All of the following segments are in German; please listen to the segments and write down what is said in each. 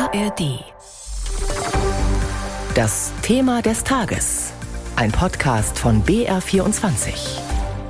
ARD. Das Thema des Tages. Ein Podcast von BR24.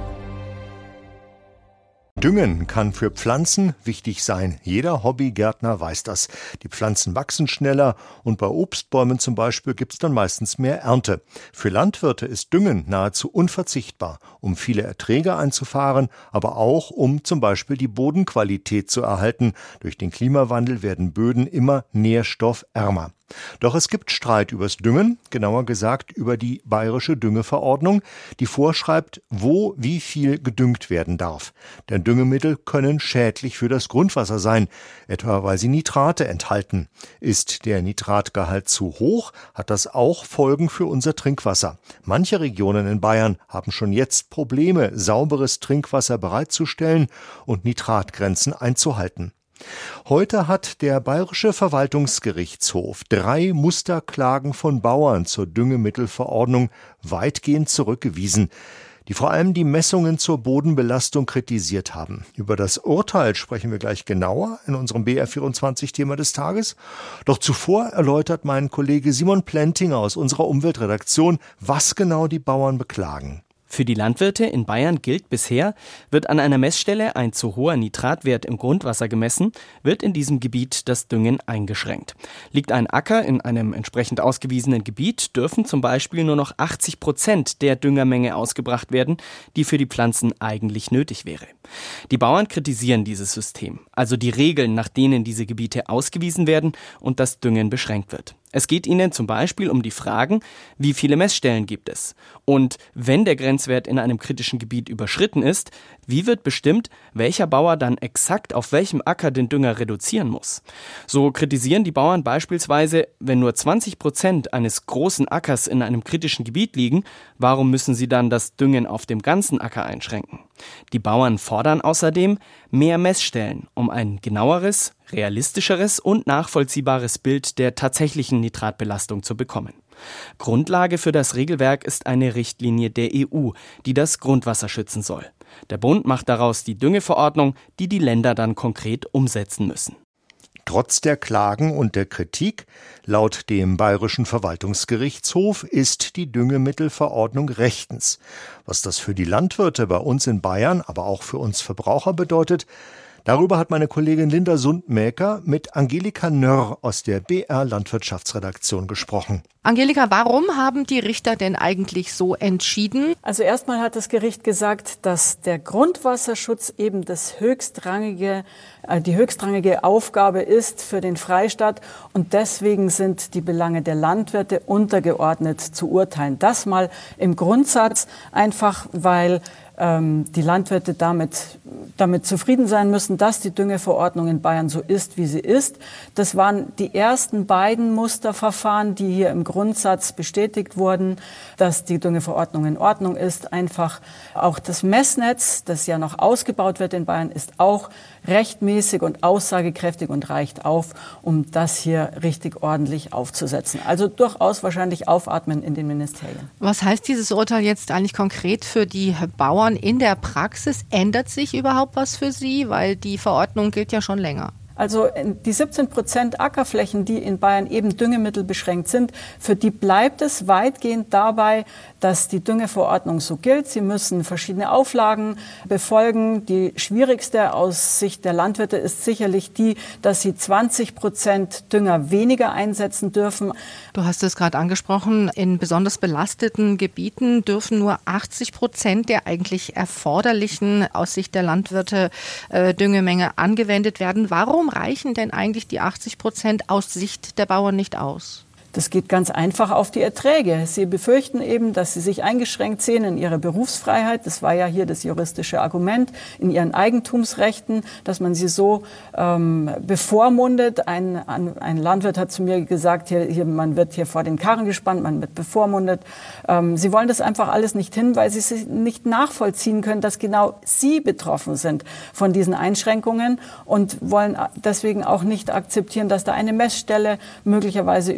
Düngen kann für Pflanzen wichtig sein. Jeder Hobbygärtner weiß das. Die Pflanzen wachsen schneller und bei Obstbäumen zum Beispiel gibt es dann meistens mehr Ernte. Für Landwirte ist Düngen nahezu unverzichtbar, um viele Erträge einzufahren, aber auch um zum Beispiel die Bodenqualität zu erhalten. Durch den Klimawandel werden Böden immer nährstoffärmer. Doch es gibt Streit übers Düngen, genauer gesagt über die Bayerische Düngeverordnung, die vorschreibt, wo wie viel gedüngt werden darf. Denn Düngemittel können schädlich für das Grundwasser sein, etwa weil sie Nitrate enthalten. Ist der Nitratgehalt zu hoch, hat das auch Folgen für unser Trinkwasser. Manche Regionen in Bayern haben schon jetzt Probleme, sauberes Trinkwasser bereitzustellen und Nitratgrenzen einzuhalten. Heute hat der Bayerische Verwaltungsgerichtshof 3 Musterklagen von Bauern zur Düngemittelverordnung weitgehend zurückgewiesen, die vor allem die Messungen zur Bodenbelastung kritisiert haben. Über das Urteil sprechen wir gleich genauer in unserem BR24-Thema des Tages. Doch zuvor erläutert mein Kollege Simon Plentinger aus unserer Umweltredaktion, was genau die Bauern beklagen. Für die Landwirte in Bayern gilt bisher, wird an einer Messstelle ein zu hoher Nitratwert im Grundwasser gemessen, wird in diesem Gebiet das Düngen eingeschränkt. Liegt ein Acker in einem entsprechend ausgewiesenen Gebiet, dürfen zum Beispiel nur noch 80% der Düngermenge ausgebracht werden, die für die Pflanzen eigentlich nötig wäre. Die Bauern kritisieren dieses System, also die Regeln, nach denen diese Gebiete ausgewiesen werden und das Düngen beschränkt wird. Es geht ihnen zum Beispiel um die Fragen, wie viele Messstellen gibt es? Und wenn der Grenzwert in einem kritischen Gebiet überschritten ist, wie wird bestimmt, welcher Bauer dann exakt auf welchem Acker den Dünger reduzieren muss? So kritisieren die Bauern beispielsweise, wenn nur 20% eines großen Ackers in einem kritischen Gebiet liegen, warum müssen sie dann das Düngen auf dem ganzen Acker einschränken? Die Bauern fordern außerdem mehr Messstellen, um ein genaueres, realistischeres und nachvollziehbares Bild der tatsächlichen Nitratbelastung zu bekommen. Grundlage für das Regelwerk ist eine Richtlinie der EU, die das Grundwasser schützen soll. Der Bund macht daraus die Düngeverordnung, die die Länder dann konkret umsetzen müssen. Trotz der Klagen und der Kritik, laut dem Bayerischen Verwaltungsgerichtshof, ist die Düngemittelverordnung rechtens. Was das für die Landwirte bei uns in Bayern, aber auch für uns Verbraucher bedeutet, darüber hat meine Kollegin Linda Sundmäker mit Angelika Nörr aus der BR Landwirtschaftsredaktion gesprochen. Angelika, warum haben die Richter denn eigentlich so entschieden? Also erstmal hat das Gericht gesagt, dass der Grundwasserschutz eben die höchstrangige Aufgabe ist für den Freistaat und deswegen sind die Belange der Landwirte untergeordnet zu urteilen. Das mal im Grundsatz, einfach weil die Landwirte damit zufrieden sein müssen, dass die Düngeverordnung in Bayern so ist, wie sie ist. Das waren die ersten beiden Musterverfahren, die hier im Grundsatz bestätigt wurden, dass die Düngeverordnung in Ordnung ist. Einfach auch das Messnetz, das ja noch ausgebaut wird in Bayern, ist auch rechtmäßig und aussagekräftig und reicht auf, um das hier richtig ordentlich aufzusetzen. Also durchaus wahrscheinlich aufatmen in den Ministerien. Was heißt dieses Urteil jetzt eigentlich konkret für die Bauern in der Praxis? Ändert sich überhaupt was für sie? Weil die Verordnung gilt ja schon länger. Also die 17% Ackerflächen, die in Bayern eben düngemittelbeschränkt sind, für die bleibt es weitgehend dabei, dass die Düngeverordnung so gilt. Sie müssen verschiedene Auflagen befolgen. Die schwierigste aus Sicht der Landwirte ist sicherlich die, dass sie 20% Dünger weniger einsetzen dürfen. Du hast es gerade angesprochen, in besonders belasteten Gebieten dürfen nur 80% der eigentlich erforderlichen aus Sicht der Landwirte Düngemenge angewendet werden. Warum reichen denn eigentlich die 80% aus Sicht der Bauern nicht aus? Das geht ganz einfach auf die Erträge. Sie befürchten eben, dass sie sich eingeschränkt sehen in ihrer Berufsfreiheit. Das war ja hier das juristische Argument, in ihren Eigentumsrechten, dass man sie so bevormundet. Ein Landwirt hat zu mir gesagt, man wird hier vor den Karren gespannt, man wird bevormundet. Sie wollen das einfach alles nicht hin, weil sie sich nicht nachvollziehen können, dass genau sie betroffen sind von diesen Einschränkungen und wollen deswegen auch nicht akzeptieren, dass da eine Messstelle möglicherweise über dem Grenzwert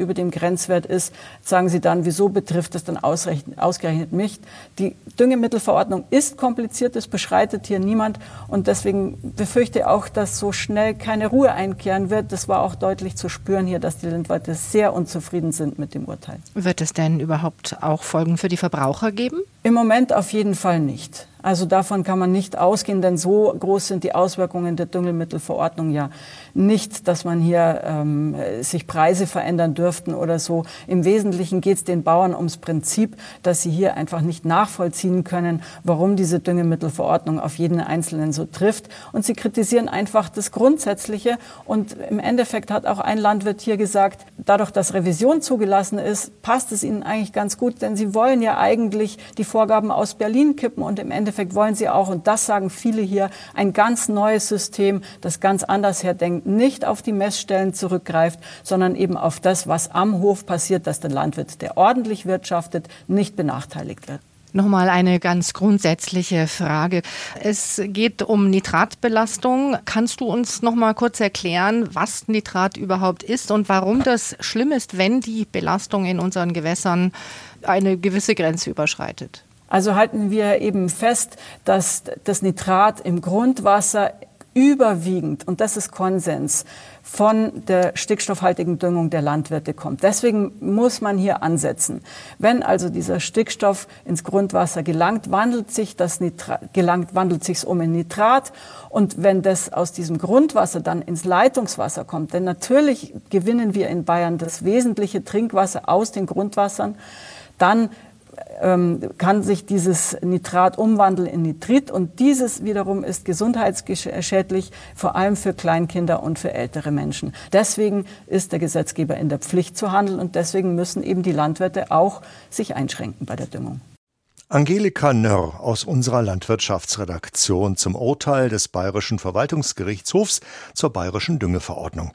Grenzwert ist, sagen Sie dann, wieso betrifft das dann ausgerechnet mich? Die Düngemittelverordnung ist kompliziert, das beschreitet hier niemand und deswegen befürchte ich auch, dass so schnell keine Ruhe einkehren wird. Das war auch deutlich zu spüren hier, dass die Landwirte sehr unzufrieden sind mit dem Urteil. Wird es denn überhaupt auch Folgen für die Verbraucher geben? Im Moment auf jeden Fall nicht. Also davon kann man nicht ausgehen, denn so groß sind die Auswirkungen der Düngemittelverordnung ja nicht, dass man hier sich Preise verändern dürften oder so. Im Wesentlichen geht es den Bauern ums Prinzip, dass sie hier einfach nicht nachvollziehen können, warum diese Düngemittelverordnung auf jeden Einzelnen so trifft. Und sie kritisieren einfach das Grundsätzliche. Und im Endeffekt hat auch ein Landwirt hier gesagt, dadurch, dass Revision zugelassen ist, passt es ihnen eigentlich ganz gut, denn sie wollen ja eigentlich die Vorgaben aus Berlin kippen und im Endeffekt wollen sie auch, und das sagen viele hier, ein ganz neues System, das ganz anders herdenkt, nicht auf die Messstellen zurückgreift, sondern eben auf das, was am Hof passiert, dass der Landwirt, der ordentlich wirtschaftet, nicht benachteiligt wird. Nochmal eine ganz grundsätzliche Frage. Es geht um Nitratbelastung. Kannst du uns noch mal kurz erklären, was Nitrat überhaupt ist und warum das schlimm ist, wenn die Belastung in unseren Gewässern eine gewisse Grenze überschreitet? Also halten wir eben fest, dass das Nitrat im Grundwasser überwiegend, und das ist Konsens, von der stickstoffhaltigen Düngung der Landwirte kommt. Deswegen muss man hier ansetzen. Wenn also dieser Stickstoff ins Grundwasser gelangt, wandelt sich um in Nitrat. Und wenn das aus diesem Grundwasser dann ins Leitungswasser kommt, denn natürlich gewinnen wir in Bayern das wesentliche Trinkwasser aus den Grundwassern, dann kann sich dieses Nitrat umwandeln in Nitrit und dieses wiederum ist gesundheitsschädlich, vor allem für Kleinkinder und für ältere Menschen. Deswegen ist der Gesetzgeber in der Pflicht zu handeln und deswegen müssen eben die Landwirte auch sich einschränken bei der Düngung. Angelika Nörr aus unserer Landwirtschaftsredaktion zum Urteil des Bayerischen Verwaltungsgerichtshofs zur Bayerischen Düngeverordnung.